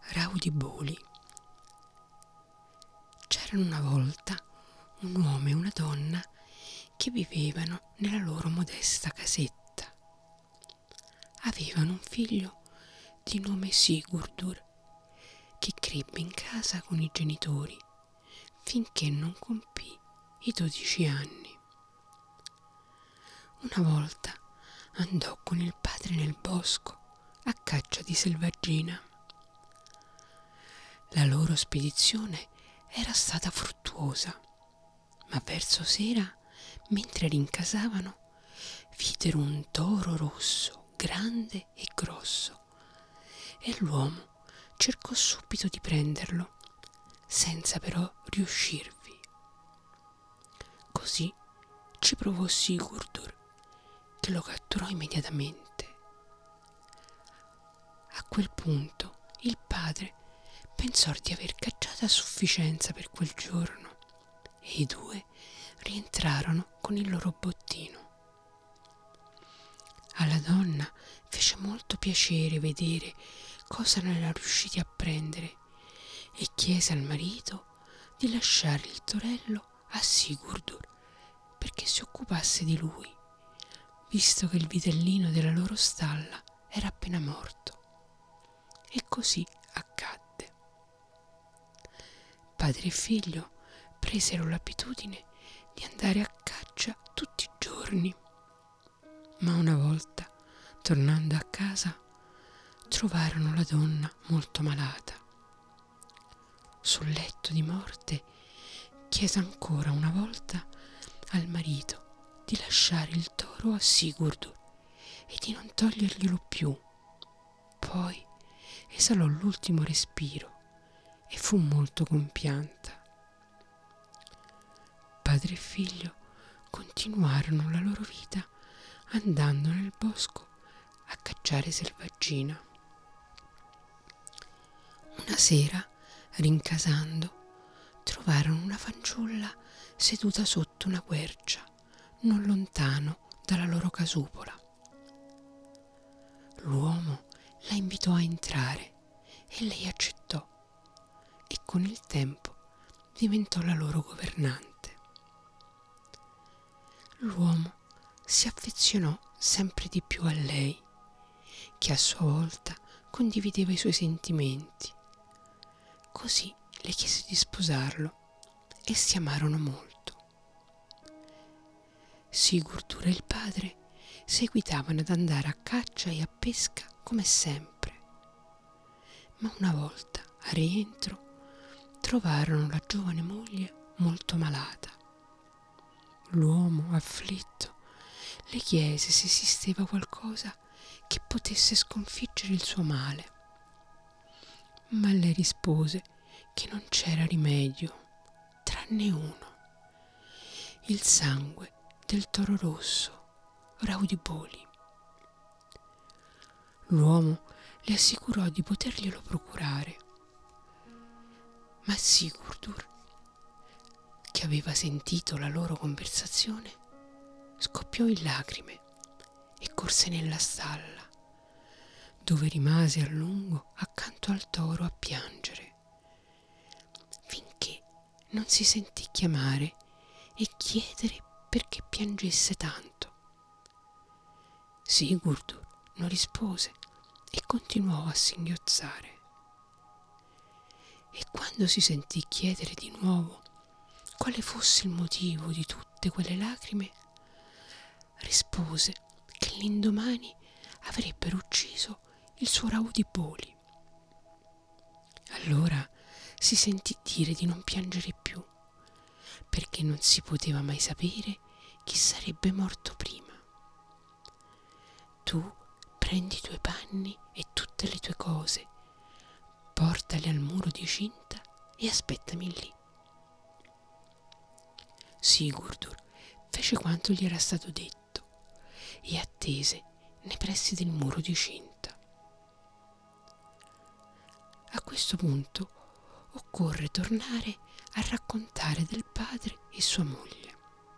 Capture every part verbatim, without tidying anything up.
Raudiboli. C'erano una volta un uomo e una donna che vivevano nella loro modesta casetta. Avevano un figlio di nome Sigurdur che crebbe in casa con i genitori finché non compì i dodici anni. Una volta andò con il padre nel bosco a caccia di selvaggina. La loro spedizione era stata fruttuosa, ma verso sera, mentre rincasavano, videro un toro rosso, grande e grosso, e l'uomo cercò subito di prenderlo, senza però riuscirvi. Così ci provò Sigurdur, che lo catturò immediatamente. A quel punto il padre pensò di aver cacciato a sufficienza per quel giorno e i due rientrarono con il loro bottino. Alla donna fece molto piacere vedere cosa non era riusciti a prendere e chiese al marito di lasciare il torello a Sigurdur perché si occupasse di lui, visto che il vitellino della loro stalla era appena morto. E così accadde. Padre e figlio presero l'abitudine di andare a caccia tutti i giorni, ma una volta, tornando a casa, trovarono la donna molto malata. Sul letto di morte chiese ancora una volta al marito di lasciare il toro a Sigurdur e di non toglierglielo più. Poi esalò l'ultimo respiro e fu molto compianta. Padre e figlio continuarono la loro vita andando nel bosco a cacciare selvaggina. Una sera, rincasando, trovarono una fanciulla seduta sotto una quercia, non lontano dalla loro casupola. L'uomo la invitò a entrare e lei accettò e con il tempo diventò la loro governante. L'uomo si affezionò sempre di più a lei, che a sua volta condivideva i suoi sentimenti. Così le chiese di sposarlo e si amarono molto. Sigurdur e il padre seguitavano ad andare a caccia e a pesca come sempre, ma una volta a rientro trovarono la giovane moglie molto malata. L'uomo, afflitto, le chiese se esisteva qualcosa che potesse sconfiggere il suo male, ma lei rispose che non c'era rimedio, tranne uno: il sangue del toro rosso, Raudiboli. L'uomo le assicurò di poterglielo procurare, ma Sigurdur, che aveva sentito la loro conversazione, scoppiò in lacrime e corse nella stalla, dove rimase a lungo accanto al toro a piangere, finché non si sentì chiamare e chiedere perché piangesse tanto. Sigurdur non rispose e continuò a singhiozzare. E quando si sentì chiedere di nuovo quale fosse il motivo di tutte quelle lacrime, rispose che l'indomani avrebbero ucciso il suo Raudiboli. Allora si sentì dire di non piangere più, perché non si poteva mai sapere chi sarebbe morto prima. Tu prendi i tuoi panni e tutte le tue cose, portali al muro di cinta e aspettami lì. Sigurdur fece quanto gli era stato detto e attese nei pressi del muro di cinta. A questo punto occorre tornare a raccontare del padre e sua moglie.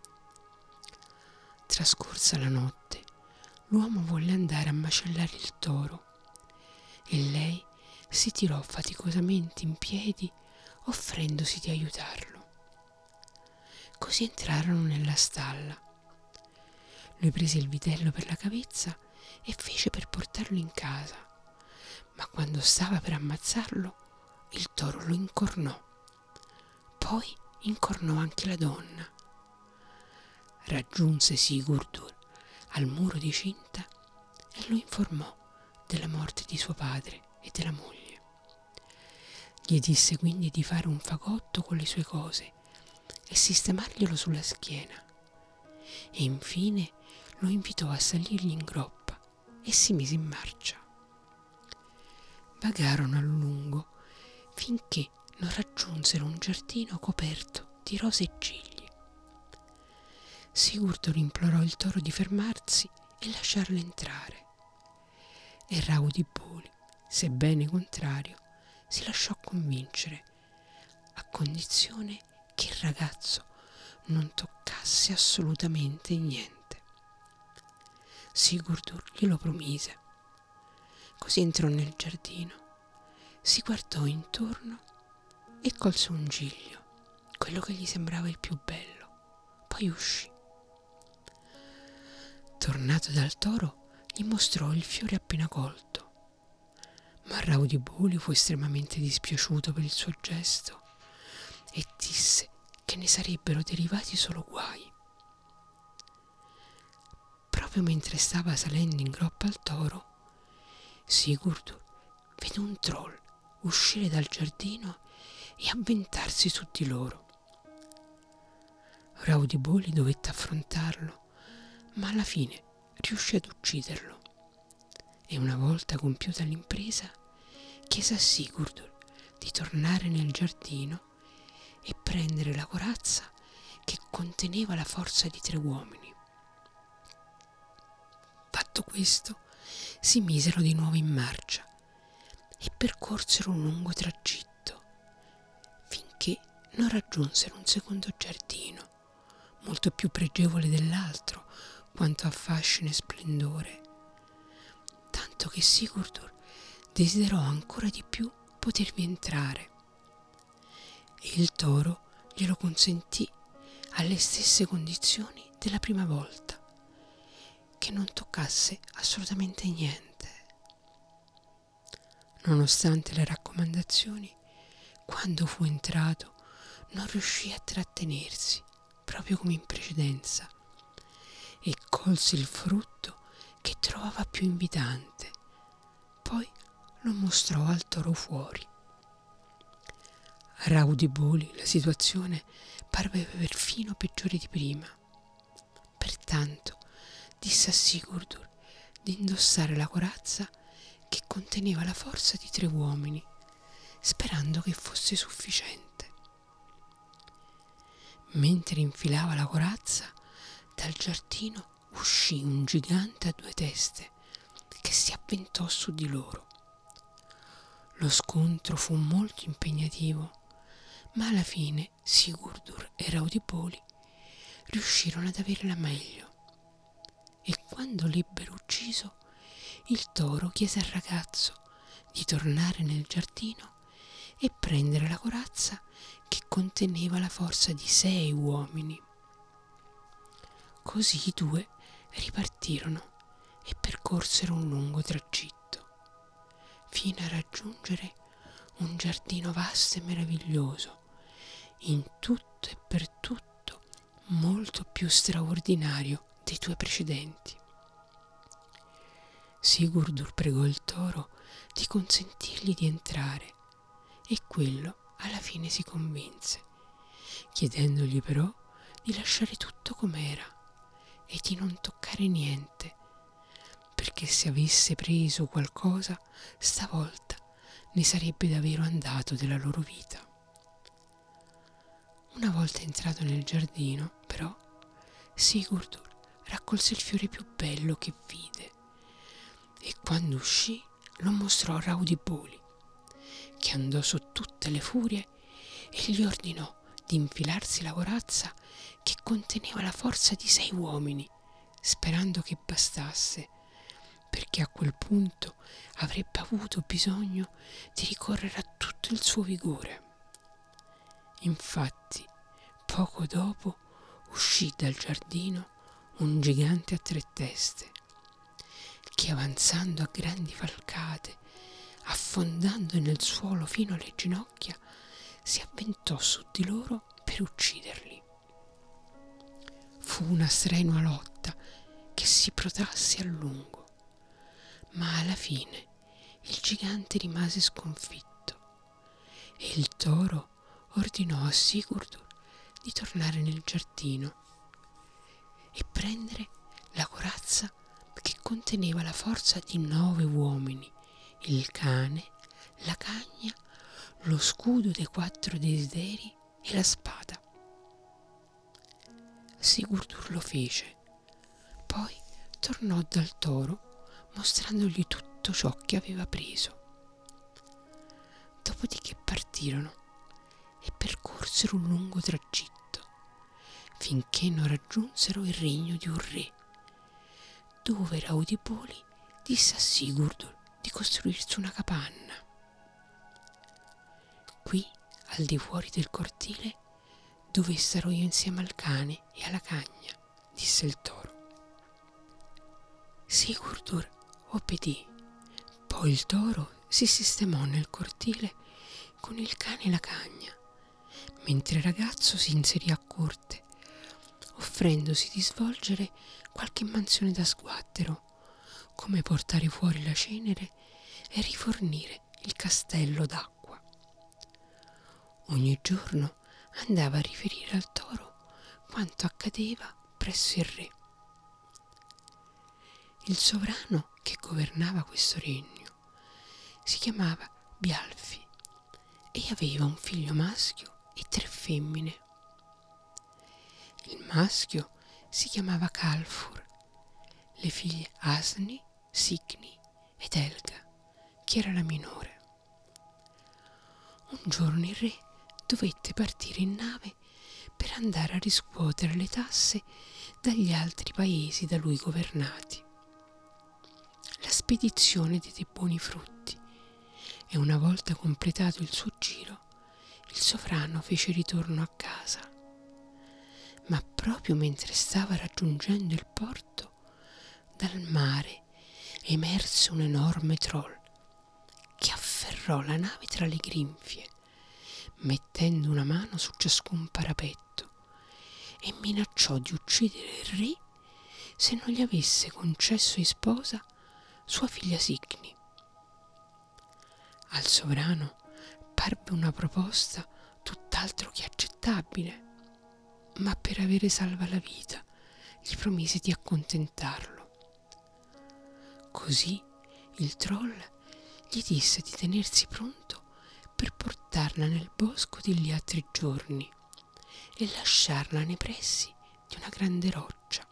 Trascorsa la notte, l'uomo volle andare a macellare il toro e lei si tirò faticosamente in piedi, offrendosi di aiutarlo. Così entrarono nella stalla. Lui prese il vitello per la cavezza e fece per portarlo in casa, ma quando stava per ammazzarlo, il toro lo incornò. Poi incornò anche la donna. Raggiunse Sigurdur al muro di cinta e lo informò della morte di suo padre e della moglie. Gli disse quindi di fare un fagotto con le sue cose e sistemarglielo sulla schiena, e infine lo invitò a salirgli in groppa e si mise in marcia. Vagarono a lungo finché non raggiunsero un giardino coperto di rose e gigli. Sigurdur implorò il toro di fermarsi e lasciarlo entrare, e Raudiboli, sebbene contrario, si lasciò convincere, a condizione che il ragazzo non toccasse assolutamente niente. Sigurdur glielo promise. Così entrò nel giardino, si guardò intorno e colse un giglio, quello che gli sembrava il più bello. Poi uscì. Tornato dal toro, gli mostrò il fiore appena colto, ma Raudiboli fu estremamente dispiaciuto per il suo gesto e disse che ne sarebbero derivati solo guai. Proprio mentre stava salendo in groppa al toro, Sigurdur vide un troll uscire dal giardino e avventarsi su di loro. Raudiboli dovette affrontarlo, ma alla fine riuscì ad ucciderlo, e una volta compiuta l'impresa chiese a Sigurdur di tornare nel giardino e prendere la corazza che conteneva la forza di tre uomini. Fatto questo, si misero di nuovo in marcia e percorsero un lungo tragitto, finché non raggiunsero un secondo giardino, molto più pregevole dell'altro quanto a fascino e splendore, tanto che Sigurdur desiderò ancora di più potervi entrare, e il toro glielo consentì alle stesse condizioni della prima volta, che non toccasse assolutamente niente. Nonostante le raccomandazioni, quando fu entrato non riuscì a trattenersi, proprio come in precedenza, e colse il frutto che trovava più invitante. Poi lo mostrò al toro fuori. A Raudiboli la situazione parve perfino peggiore di prima. Pertanto disse a Sigurdur di indossare la corazza che conteneva la forza di tre uomini, sperando che fosse sufficiente. Mentre infilava la corazza, dal giardino uscì un gigante a due teste che si avventò su di loro. Lo scontro fu molto impegnativo, ma alla fine Sigurdur e Raudiboli riuscirono ad avere la meglio, e quando l'ebbero ucciso, il toro chiese al ragazzo di tornare nel giardino e prendere la corazza che conteneva la forza di sei uomini. Così i due ripartirono e percorsero un lungo tragitto, fino a raggiungere un giardino vasto e meraviglioso, in tutto e per tutto molto più straordinario dei due precedenti. Sigurdur pregò il toro di consentirgli di entrare, e quello alla fine si convinse, chiedendogli però di lasciare tutto com'era e di non toccare niente, perché se avesse preso qualcosa stavolta ne sarebbe davvero andato della loro vita. Una volta entrato nel giardino, però, Sigurdur raccolse il fiore più bello che vide, e quando uscì lo mostrò a Raudiboli, che andò su tutte le furie e gli ordinò di infilarsi la corazza che conteneva la forza di sei uomini, sperando che bastasse, perché che a quel punto avrebbe avuto bisogno di ricorrere a tutto il suo vigore. Infatti, poco dopo uscì dal giardino un gigante a tre teste, che avanzando a grandi falcate, affondando nel suolo fino alle ginocchia, si avventò su di loro per ucciderli. Fu una strenua lotta che si protrasse a lungo, ma alla fine il gigante rimase sconfitto e il toro ordinò a Sigurdur di tornare nel giardino e prendere la corazza che conteneva la forza di nove uomini, il cane, la cagna, lo scudo dei quattro desideri e la spada. Sigurdur lo fece, poi tornò dal toro mostrandogli tutto ciò che aveva preso. Dopodiché partirono e percorsero un lungo tragitto finché non raggiunsero il regno di un re, dove Raudipoli disse a Sigurdur di costruirsi una capanna. Qui, al di fuori del cortile, dove starò io insieme al cane e alla cagna, disse il toro. Sigurdur obbedì. Poi il toro si sistemò nel cortile con il cane e la cagna, mentre il ragazzo si inserì a corte, offrendosi di svolgere qualche mansione da sguattero, come portare fuori la cenere e rifornire il castello d'acqua. Ogni giorno andava a riferire al toro quanto accadeva presso il re. Il sovrano che governava questo regno si chiamava Bialfi e aveva un figlio maschio e tre femmine. Il maschio si chiamava Kalfur, le figlie Asni, Signi ed Elga, che era la minore. Un giorno il re dovette partire in nave per andare a riscuotere le tasse dagli altri paesi da lui governati. La spedizione diede buoni frutti e una volta completato il suo giro, il sovrano fece ritorno a casa. Ma proprio mentre stava raggiungendo il porto, dal mare emerse un enorme troll che afferrò la nave tra le grinfie, mettendo una mano su ciascun parapetto, e minacciò di uccidere il re se non gli avesse concesso in sposa sua figlia Signy. Al sovrano parve una proposta tutt'altro che accettabile, ma per avere salva la vita gli promise di accontentarlo. Così il troll gli disse di tenersi pronto per portarla nel bosco degli altri giorni e lasciarla nei pressi di una grande roccia.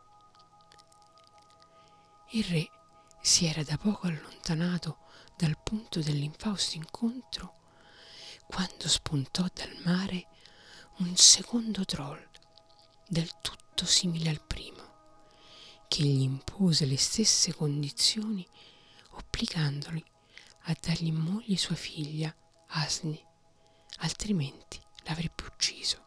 Il re si era da poco allontanato dal punto dell'infausto incontro quando spuntò dal mare un secondo troll del tutto simile al primo, che gli impose le stesse condizioni, obbligandoli a dargli in moglie sua figlia Asni, altrimenti l'avrebbe ucciso.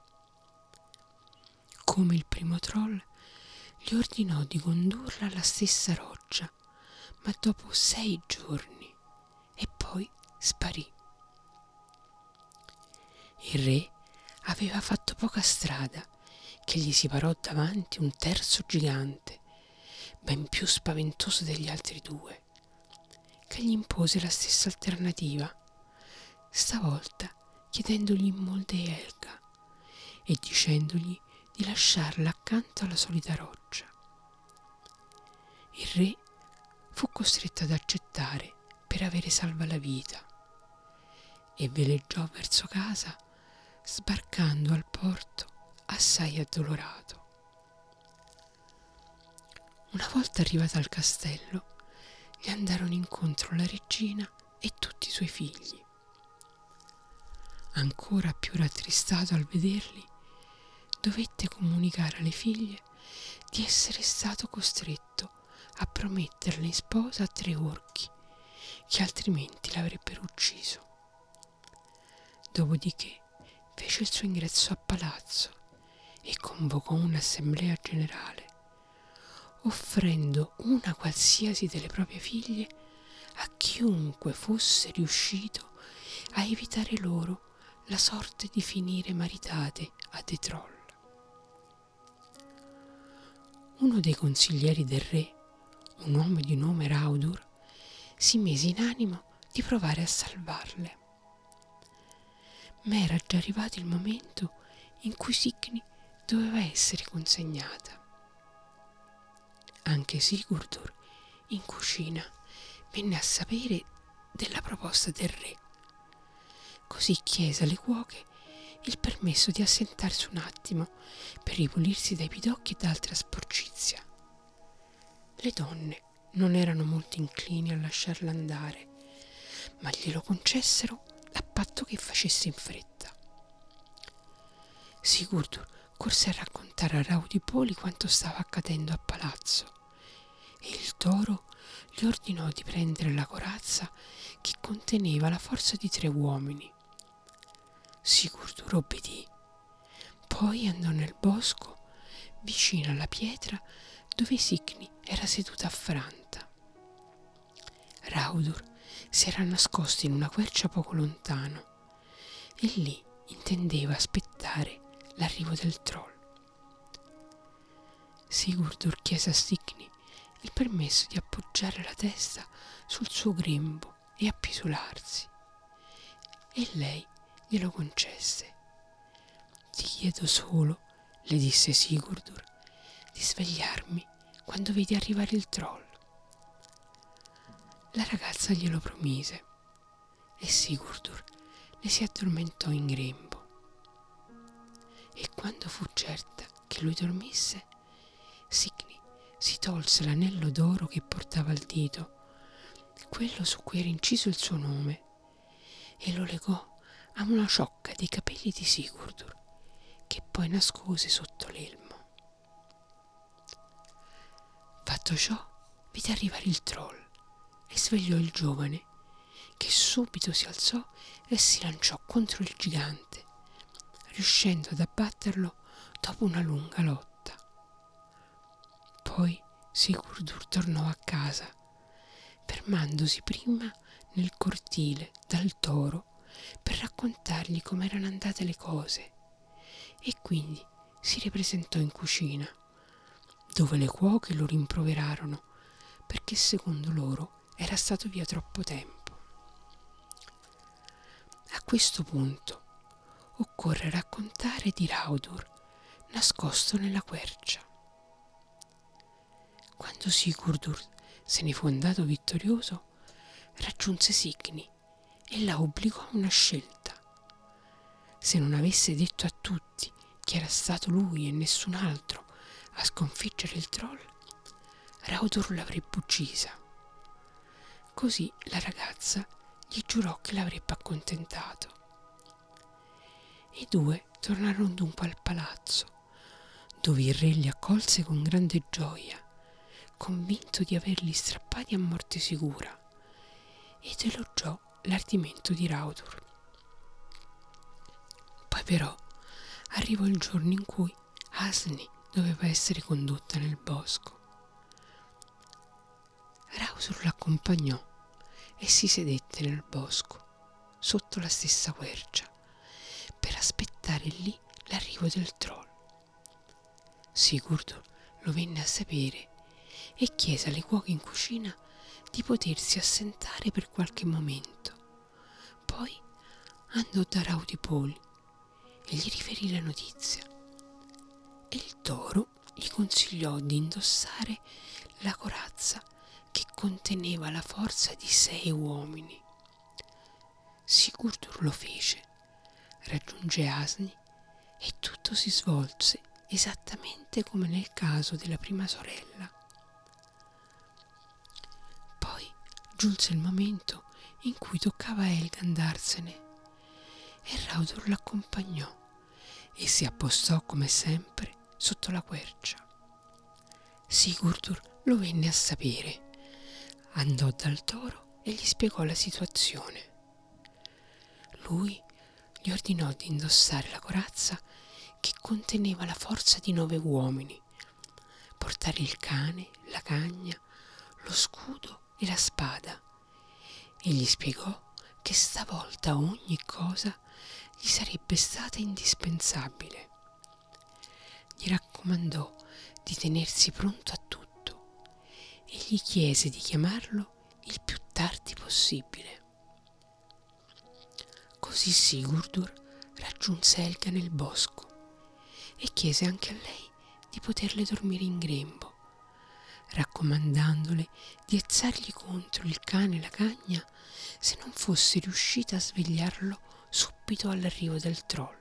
Come il primo troll, gli ordinò di condurla alla stessa roccia, ma dopo sei giorni, e poi sparì. Il re aveva fatto poca strada che gli si parò davanti un terzo gigante, ben più spaventoso degli altri due, che gli impose la stessa alternativa, stavolta chiedendogli in molde Elga e dicendogli di lasciarla accanto alla solita roccia. Il re fu costretto ad accettare per avere salva la vita e veleggiò verso casa, sbarcando al porto assai addolorato. Una volta arrivata al castello, gli andarono incontro la regina e tutti i suoi figli. Ancora più rattristato al vederli, dovette comunicare alle figlie di essere stato costretto a prometterla in sposa a tre orchi, che altrimenti l'avrebbero ucciso. Dopodiché fece il suo ingresso a palazzo e convocò un'assemblea generale, offrendo una qualsiasi delle proprie figlie a chiunque fosse riuscito a evitare loro la sorte di finire maritate a dei troll. Uno dei consiglieri del re, un uomo di nome Raudur, si mise in animo di provare a salvarle. Ma era già arrivato il momento in cui Signy doveva essere consegnata. Anche Sigurdur, in cucina, venne a sapere della proposta del re. Così chiese alle cuoche il permesso di assentarsi un attimo per ripulirsi dai pidocchi e da altra sporcizia. Le donne non erano molto inclini a lasciarla andare, ma glielo concessero a patto che facesse in fretta. Sigurdur corse a raccontare a Raudipoli quanto stava accadendo a palazzo, e il toro gli ordinò di prendere la corazza che conteneva la forza di tre uomini. Sigurdur obbedì. Poi andò nel bosco vicino alla pietra dove Signy era seduta affranta. Raudur si era nascosto in una quercia poco lontano e lì intendeva aspettare l'arrivo del troll. Sigurdur chiese a Signy il permesso di appoggiare la testa sul suo grembo e appisularsi, e lei glielo concesse. Ti chiedo solo, le disse Sigurdur, di svegliarmi quando vedi arrivare il troll. La ragazza glielo promise e Sigurdur le si addormentò in grembo. E quando fu certa che lui dormisse, Signy si tolse l'anello d'oro che portava al dito, quello su cui era inciso il suo nome, e lo legò a una ciocca dei capelli di Sigurdur, che poi nascose sotto l'elmo. Fatto ciò, vide arrivare il troll e svegliò il giovane, che subito si alzò e si lanciò contro il gigante, riuscendo ad abbatterlo dopo una lunga lotta. Poi Sigurdur tornò a casa, fermandosi prima nel cortile dal toro per raccontargli come erano andate le cose, e quindi si ripresentò in cucina, dove le cuoche lo rimproverarono perché secondo loro era stato via troppo tempo. A questo punto occorre raccontare di Raudur nascosto nella quercia. Quando Sigurdur se ne fu andato vittorioso, raggiunse Signy e la obbligò a una scelta. Se non avesse detto a tutti che era stato lui e nessun altro a sconfiggere il troll, Raudur l'avrebbe uccisa. Così la ragazza gli giurò che l'avrebbe accontentato. I due tornarono dunque al palazzo, dove il re li accolse con grande gioia, convinto di averli strappati a morte sicura, ed elogiò l'ardimento di Raudur. Poi però arrivò il giorno in cui Asni doveva essere condotta nel bosco. Raudur l'accompagnò e si sedette nel bosco, sotto la stessa quercia, per aspettare lì l'arrivo del troll. Sigurdur lo venne a sapere e chiese alle cuoche in cucina di potersi assentare per qualche momento. Poi andò da Raudipoli e gli riferì la notizia, e il toro gli consigliò di indossare la corazza che conteneva la forza di sei uomini. Sigurdur lo fece, raggiunge Asni e tutto si svolse esattamente come nel caso della prima sorella. Poi giunse il momento in cui toccava a Helga andarsene, e Raudur l'accompagnò e si appostò come sempre sotto la quercia. Sigurdur lo venne a sapere, andò dal toro e gli spiegò la situazione. Lui gli ordinò di indossare la corazza che conteneva la forza di nove uomini, portare il cane, la cagna, lo scudo e la spada, e gli spiegò che stavolta ogni cosa gli sarebbe stata indispensabile. Gli raccomandò di tenersi pronto a tutto e gli chiese di chiamarlo il più tardi possibile. Così Sigurdur raggiunse Helga nel bosco e chiese anche a lei di poterle dormire in grembo, raccomandandole di alzargli contro il cane e la cagna se non fosse riuscita a svegliarlo subito all'arrivo del troll.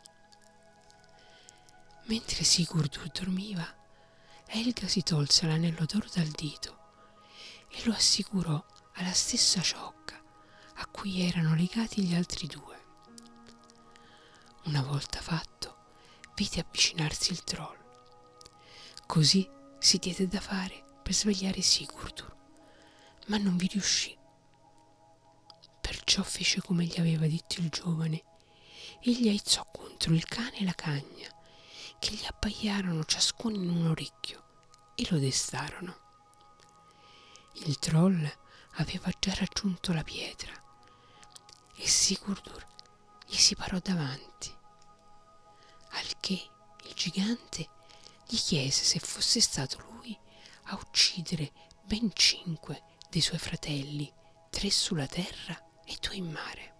Mentre Sigurdur dormiva, Helga si tolse l'anello d'oro dal dito e lo assicurò alla stessa ciocca a cui erano legati gli altri due. Una volta fatto, vide avvicinarsi il troll. Così si diede da fare per svegliare Sigurdur, ma non vi riuscì. Perciò fece come gli aveva detto il giovane e gli aizzò contro il cane e la cagna, che gli abbaiarono ciascuno in un orecchio e lo destarono. Il troll aveva già raggiunto la pietra e Sigurdur gli si parò davanti, al che il gigante gli chiese se fosse stato lui a uccidere ben cinque dei suoi fratelli, tre sulla terra e due in mare.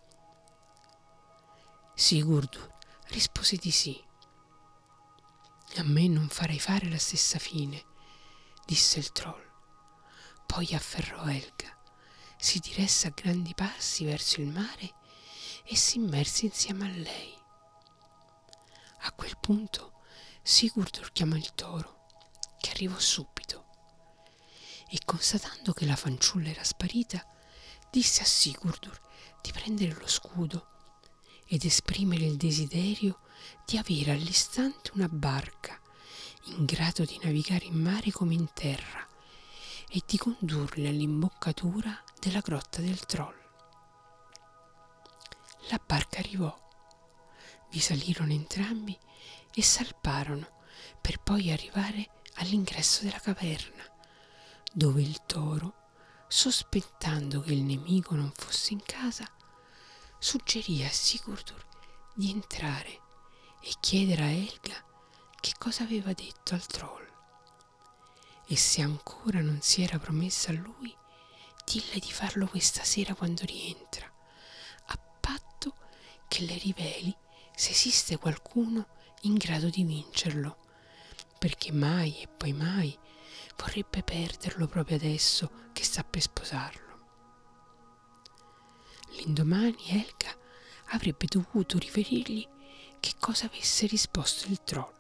Sigurdur rispose di sì. A me non farei fare la stessa fine, disse il troll. Poi afferrò Helga, si diresse a grandi passi verso il mare e si immerse insieme a lei. A quel punto Sigurdur chiamò il toro, che arrivò subito, e constatando che la fanciulla era sparita, disse a Sigurdur di prendere lo scudo ed esprimere il desiderio di avere all'istante una barca in grado di navigare in mare come in terra e di condurli all'imboccatura della grotta del troll. La barca arrivò, vi salirono entrambi e salparono per poi arrivare all'ingresso della caverna, dove il toro, sospettando che il nemico non fosse in casa, suggerì a Sigurdur di entrare e chiedere a Helga che cosa aveva detto al troll, e se ancora non si era promessa a lui, dille di farlo questa sera quando rientra, a patto che le riveli se esiste qualcuno in grado di vincerlo, perché mai e poi mai vorrebbe perderlo proprio adesso che sta per sposarlo. L'indomani Helga avrebbe dovuto riferirgli che cosa avesse risposto il troll.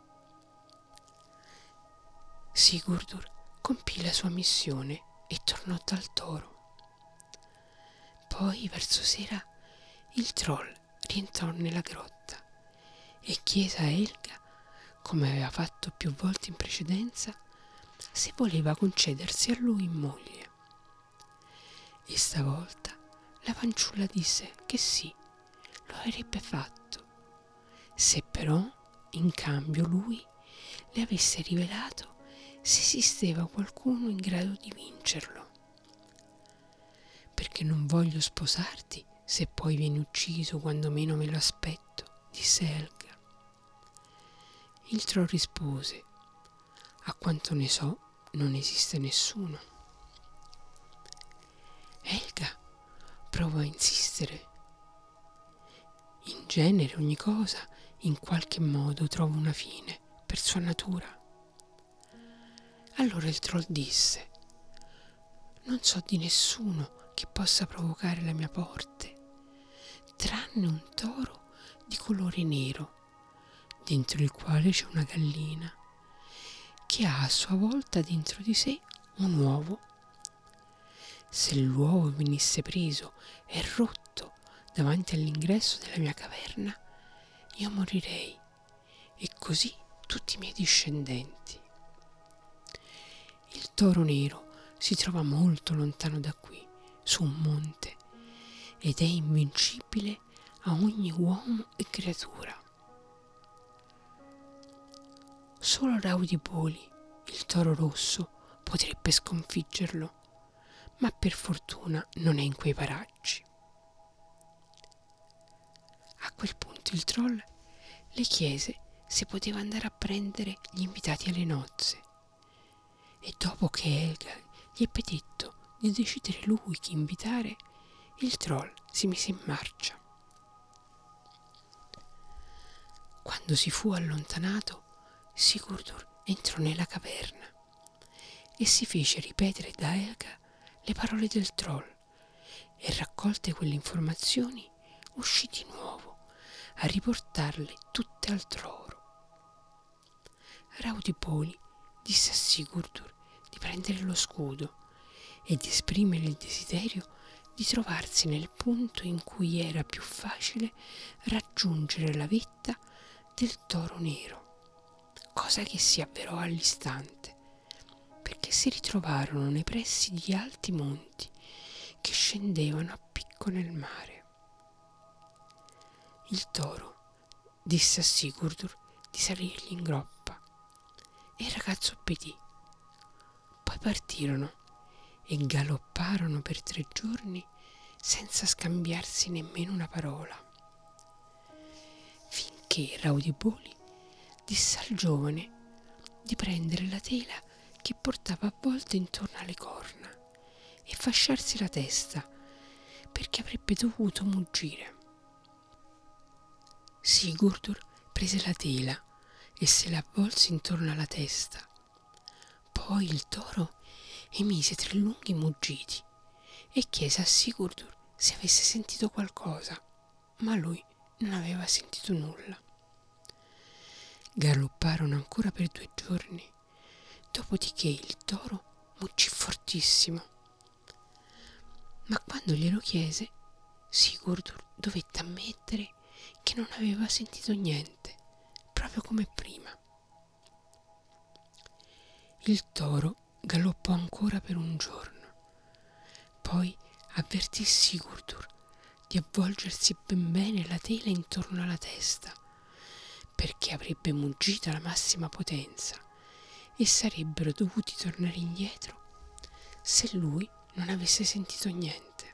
Sigurdur compì la sua missione e tornò dal toro. Poi, verso sera, il troll rientrò nella grotta e chiese a Helga, come aveva fatto più volte in precedenza, se voleva concedersi a lui in moglie. E stavolta la fanciulla disse che sì, lo avrebbe fatto, se però in cambio lui le avesse rivelato se esisteva qualcuno in grado di vincerlo. Perché non voglio sposarti se poi vieni ucciso quando meno me lo aspetto, disse Helga. Il troll rispose: a quanto ne so, non esiste nessuno. Helga provò a insistere. In genere ogni cosa in qualche modo trova una fine per sua natura. Allora il troll disse: non so di nessuno che possa provocare la mia morte, tranne un toro di colore nero, dentro il quale c'è una gallina, che ha a sua volta dentro di sé un uovo. Se l'uovo venisse preso e rotto davanti all'ingresso della mia caverna, io morirei, e così tutti i miei discendenti. Il toro nero si trova molto lontano da qui, su un monte, ed è invincibile a ogni uomo e creatura. Solo Raudipoli, il toro rosso, potrebbe sconfiggerlo, ma per fortuna non è in quei paraggi. A quel punto il troll le chiese se poteva andare a prendere gli invitati alle nozze, e dopo che Elga gli ebbe detto di decidere lui chi invitare, il troll si mise in marcia. Quando si fu allontanato, Sigurdur entrò nella caverna e si fece ripetere da Elga le parole del troll, e raccolte quelle informazioni uscì di nuovo a riportarle tutte al troll. Raudipoli disse a Sigurdur di prendere lo scudo e di esprimere il desiderio di trovarsi nel punto in cui era più facile raggiungere la vetta del toro nero, cosa che si avverò all'istante, perché si ritrovarono nei pressi di alti monti che scendevano a picco nel mare. Il toro disse a Sigurdur di salirgli in groppa e il ragazzo obbedì. Poi partirono e galopparono per tre giorni senza scambiarsi nemmeno una parola, finché Raudipoli disse al giovane di prendere la tela che portava avvolta intorno alle corna e fasciarsi la testa, perché avrebbe dovuto muggire. Sigurdur prese la tela e se la avvolse intorno alla testa. Poi il toro emise tre lunghi muggiti e chiese a Sigurdur se avesse sentito qualcosa, ma lui non aveva sentito nulla. Galopparono ancora per due giorni, dopodiché il toro muggì fortissimo. Ma quando glielo chiese, Sigurdur dovette ammettere che non aveva sentito niente, proprio come prima. Il toro galoppò ancora per un giorno, poi avvertì Sigurdur di avvolgersi ben bene la tela intorno alla testa, perché avrebbe muggito alla massima potenza e sarebbero dovuti tornare indietro se lui non avesse sentito niente.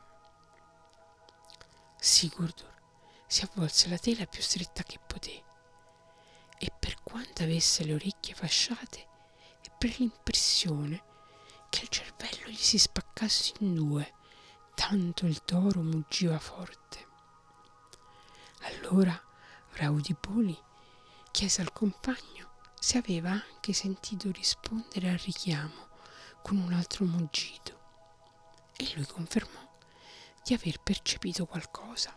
Sigurdur si avvolse la tela più stretta che poté e, per quanto avesse le orecchie fasciate, ebbe l'impressione che il cervello gli si spaccasse in due, tanto il toro muggiva forte. Allora Raudipoli chiese al compagno se aveva anche sentito rispondere al richiamo con un altro muggito, e lui confermò di aver percepito qualcosa.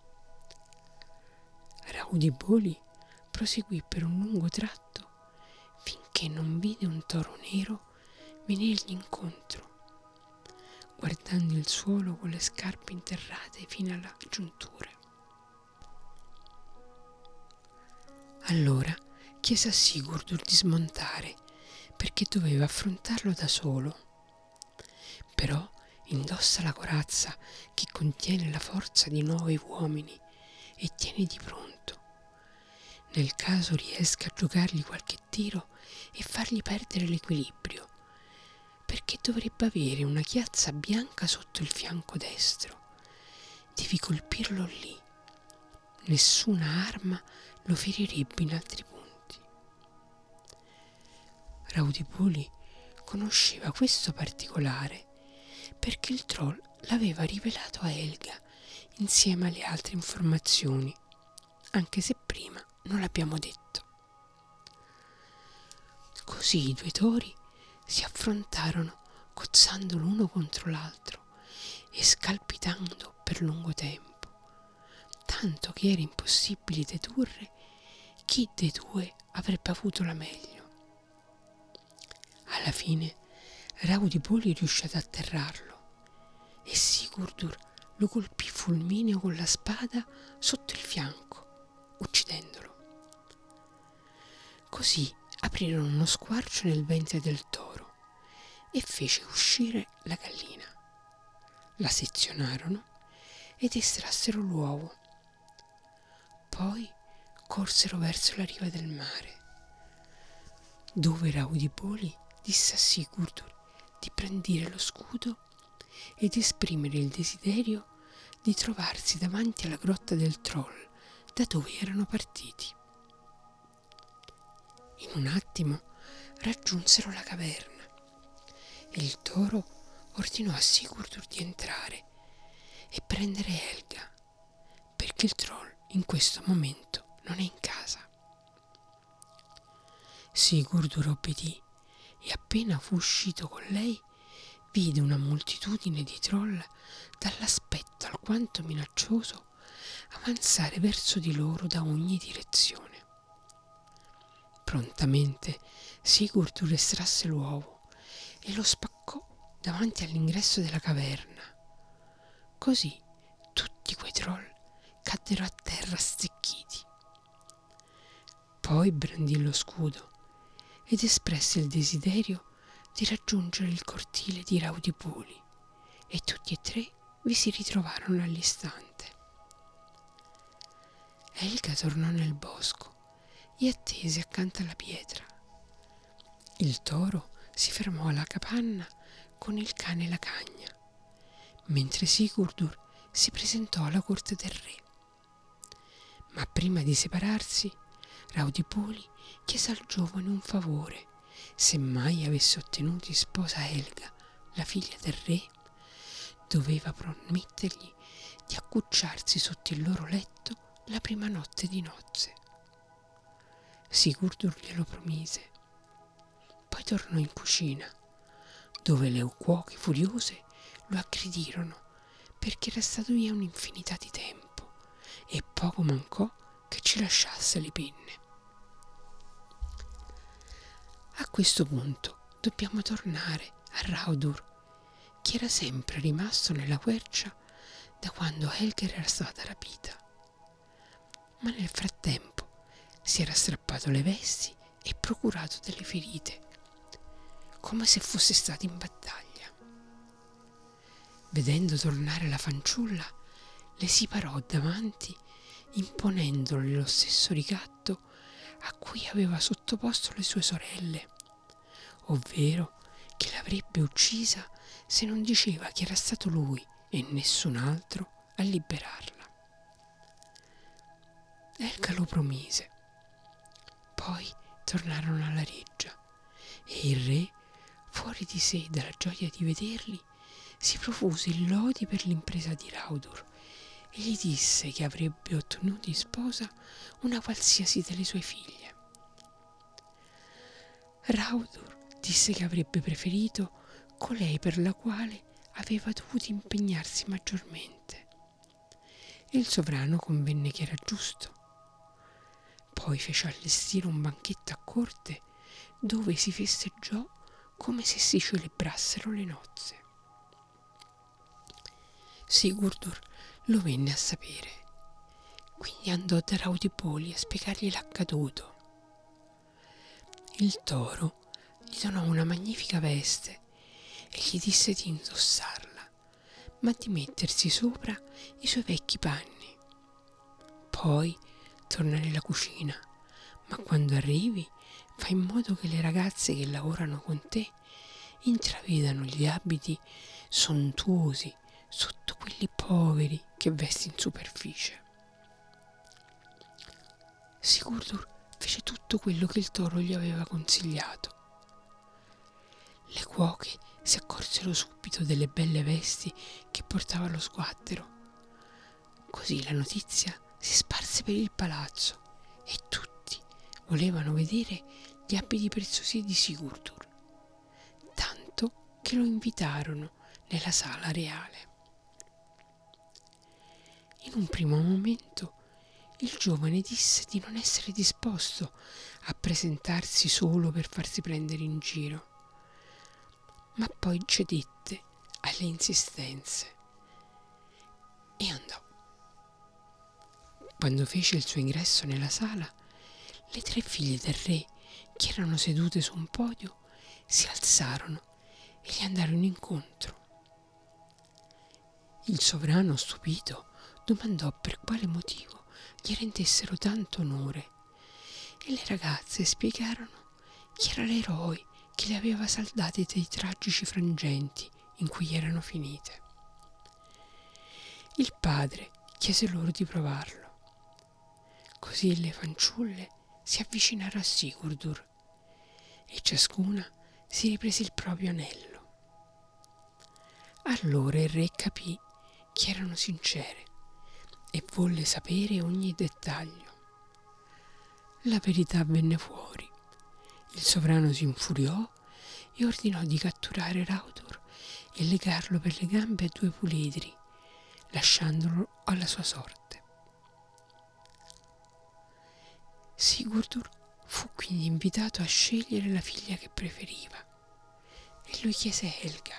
Raudipoli proseguì per un lungo tratto finché non vide un toro nero venirgli incontro, guardando il suolo con le scarpe interrate fino alla giuntura. Allora chiese a Sigurdur di smontare, perché doveva affrontarlo da solo. Però indossa la corazza che contiene la forza di nove uomini e tieniti pronto, nel caso riesca a giocargli qualche tiro e fargli perdere l'equilibrio, perché dovrebbe avere una chiazza bianca sotto il fianco destro. Devi colpirlo lì. Nessuna arma lo ferirebbe in altri punti. Raudipoli conosceva questo particolare perché il troll l'aveva rivelato a Elga insieme alle altre informazioni, anche se prima non l'abbiamo detto. Così i due tori si affrontarono cozzando l'uno contro l'altro e scalpitando per lungo tempo, tanto che era impossibile dedurre chi dei due avrebbe avuto la meglio. Alla fine Raudipoli riuscì ad atterrarlo e Sigurdur lo colpì fulmineo con la spada sotto il fianco, uccidendolo. Così aprirono uno squarcio nel ventre del toro e fece uscire la gallina. La sezionarono ed estrassero l'uovo. Poi corsero verso la riva del mare, dove Raudipoli disse a Sigurdur di brandire lo scudo ed esprimere il desiderio di trovarsi davanti alla grotta del troll da dove erano partiti. In un attimo raggiunsero la caverna e il toro ordinò a Sigurdur di entrare e prendere Helga, perché il troll in questo momento non è in casa. Sigurdur obbedì e appena fu uscito con lei vide una moltitudine di troll dall'aspetto alquanto minaccioso avanzare verso di loro da ogni direzione. Prontamente Sigurdur estrasse l'uovo e lo spaccò davanti all'ingresso della caverna. Così tutti quei troll caddero a terra stecchiti. Poi brandì lo scudo ed espresse il desiderio di raggiungere il cortile di Raudipoli e tutti e tre vi si ritrovarono all'istante. Helga tornò nel bosco e attese accanto alla pietra. Il toro si fermò alla capanna con il cane e la cagna, mentre Sigurdur si presentò alla corte del re. Ma prima di separarsi, Raudipoli chiese al giovane un favore: se mai avesse ottenuto in sposa Helga, la figlia del re, doveva promettergli di accucciarsi sotto il loro letto la prima notte di nozze. Sigurdur glielo promise. Poi tornò in cucina, dove le cuoche furiose lo aggredirono perché era stato via un'infinità di tempo e poco mancò che ci lasciasse le penne. A questo punto dobbiamo tornare a Raudur, che era sempre rimasto nella quercia da quando Helga era stata rapita. Ma nel frattempo si era strappato le vesti e procurato delle ferite, come se fosse stato in battaglia. Vedendo tornare la fanciulla, le si parò davanti, imponendole lo stesso ricatto a cui aveva sottoposto le sue sorelle, ovvero che l'avrebbe uccisa se non diceva che era stato lui e nessun altro a liberarla. Helga lo promise. Poi tornarono alla reggia e il re, fuori di sé dalla gioia di vederli, si profuse in lodi per l'impresa di Raudur e gli disse che avrebbe ottenuto in sposa una qualsiasi delle sue figlie. Raudur disse che avrebbe preferito colei per la quale aveva dovuto impegnarsi maggiormente e il sovrano convenne che era giusto. Poi fece allestire un banchetto a corte dove si festeggiò come se si celebrassero le nozze. Sigurdur lo venne a sapere, quindi andò da Raudipoli a spiegargli l'accaduto. Il toro gli donò una magnifica veste e gli disse di indossarla, ma di mettersi sopra i suoi vecchi panni. Poi torna nella cucina, ma quando arrivi fai in modo che le ragazze che lavorano con te intravedano gli abiti sontuosi sotto quelli poveri che vesti in superficie. Sigurdur fece tutto quello che il toro gli aveva consigliato. Le cuoche si accorsero subito delle belle vesti che portava lo sguattero. Così la notizia si sparse per il palazzo e tutti volevano vedere gli abiti preziosi di Sigurdur, tanto che lo invitarono nella sala reale. In un primo momento il giovane disse di non essere disposto a presentarsi solo per farsi prendere in giro, ma poi cedette alle insistenze e andò. Quando fece il suo ingresso nella sala, le tre figlie del re, che erano sedute su un podio, si alzarono e gli andarono incontro. Il sovrano, stupito, domandò per quale motivo gli rendessero tanto onore e le ragazze spiegarono chi era l'eroe che le aveva saldate dai tragici frangenti in cui erano finite. Il padre chiese loro di provarlo. Così le fanciulle si avvicinarono a Sigurdur e ciascuna si riprese il proprio anello. Allora il re capì che erano sincere e volle sapere ogni dettaglio. La verità venne fuori. Il sovrano si infuriò e ordinò di catturare Raudur e legarlo per le gambe a due puledri, lasciandolo alla sua sorte. Sigurdur fu quindi invitato a scegliere la figlia che preferiva e lui chiese Helga,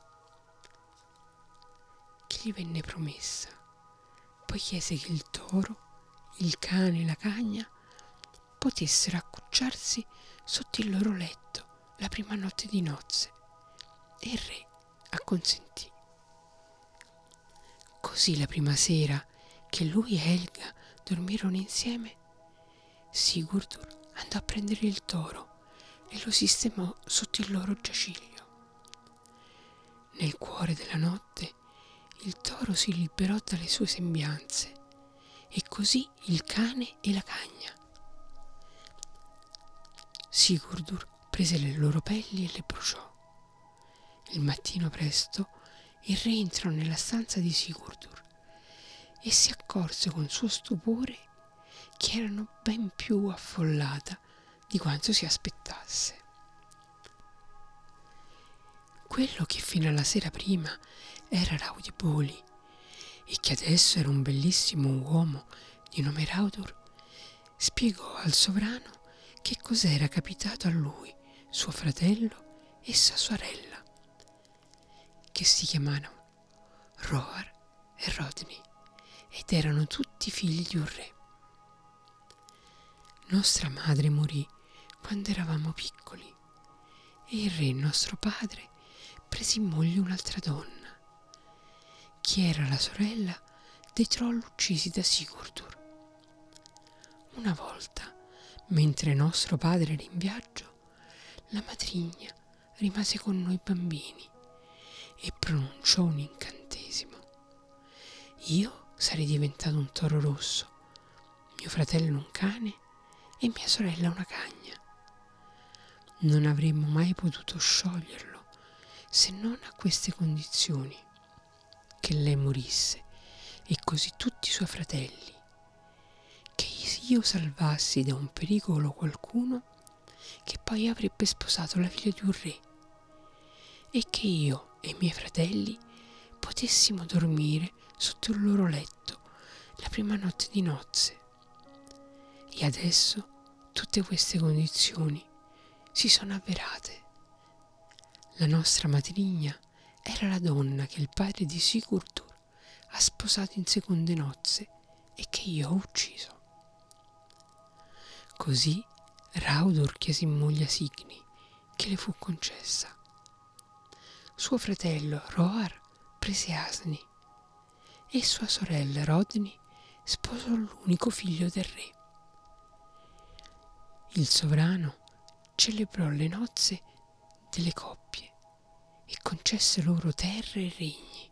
che gli venne promessa. Poi chiese che il toro, il cane e la cagna potessero accucciarsi sotto il loro letto la prima notte di nozze e il re acconsentì. Così la prima sera che lui e Helga dormirono insieme, Sigurdur andò a prendere il toro e lo sistemò sotto il loro giaciglio. Nel cuore della notte il toro si liberò dalle sue sembianze e così il cane e la cagna. Sigurdur prese le loro pelli e le bruciò. Il mattino presto il re entrò nella stanza di Sigurdur e si accorse con suo stupore che erano ben più affollata di quanto si aspettasse. Quello che fino alla sera prima era Raudiboli e che adesso era un bellissimo uomo di nome Raudur, spiegò al sovrano che cos'era capitato a lui, suo fratello e sua sorella, che si chiamavano Roar e Rodni ed erano tutti figli di un re. Nostra madre morì quando eravamo piccoli e il re, nostro padre, prese in moglie un'altra donna, che era la sorella dei troll uccisi da Sigurdur. Una volta, mentre nostro padre era in viaggio, la matrigna rimase con noi bambini e pronunciò un incantesimo. Io sarei diventato un toro rosso, mio fratello un cane e mia sorella una cagna. Non avremmo mai potuto scioglierlo se non a queste condizioni: che lei morisse e così tutti i suoi fratelli, che io salvassi da un pericolo qualcuno che poi avrebbe sposato la figlia di un re e che io e i miei fratelli potessimo dormire sotto il loro letto la prima notte di nozze. E adesso tutte queste condizioni si sono avverate. La nostra matrigna era la donna che il padre di Sigurdur ha sposato in seconde nozze e che io ho ucciso. Così Raudur chiese in moglie a Signy, che le fu concessa. Suo fratello Roar prese Asni e sua sorella Rodni sposò l'unico figlio del re. Il sovrano celebrò le nozze delle coppie e concesse loro terre e regni